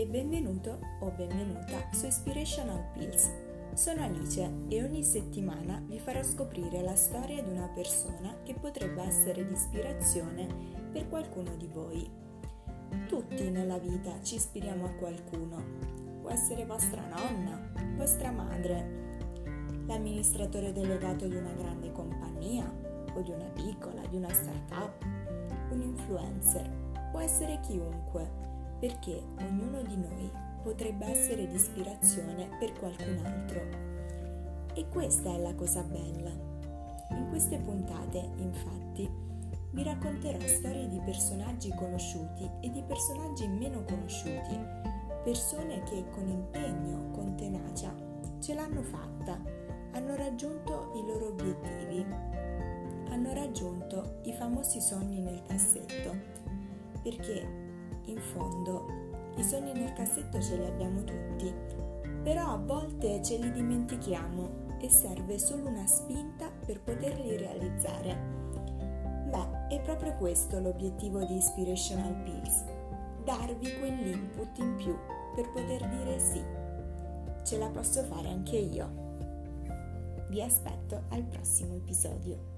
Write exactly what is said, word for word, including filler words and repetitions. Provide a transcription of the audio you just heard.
e benvenuto o benvenuta su Inspirational Pills. Sono Alice e ogni settimana vi farò scoprire la storia di una persona che potrebbe essere di ispirazione per qualcuno di voi. Tutti nella vita ci ispiriamo a qualcuno. Può essere vostra nonna, vostra madre, l'amministratore delegato di una grande compagnia o di una piccola, di una startup, un influencer. Può essere chiunque, perché ognuno di noi potrebbe essere di ispirazione per qualcun altro. E questa è la cosa bella. In queste puntate, infatti, vi racconterò storie di personaggi conosciuti e di personaggi meno conosciuti, persone che con impegno, con tenacia, ce l'hanno fatta, hanno raggiunto i loro obiettivi, hanno raggiunto i famosi sogni nel cassetto, perché in fondo i sogni nel cassetto ce li abbiamo tutti, però a volte ce li dimentichiamo e serve solo una spinta per poterli realizzare. Beh, è proprio questo l'obiettivo di Inspirational Pills, darvi quell'input in più per poter dire sì, ce la posso fare anche io. Vi aspetto al prossimo episodio.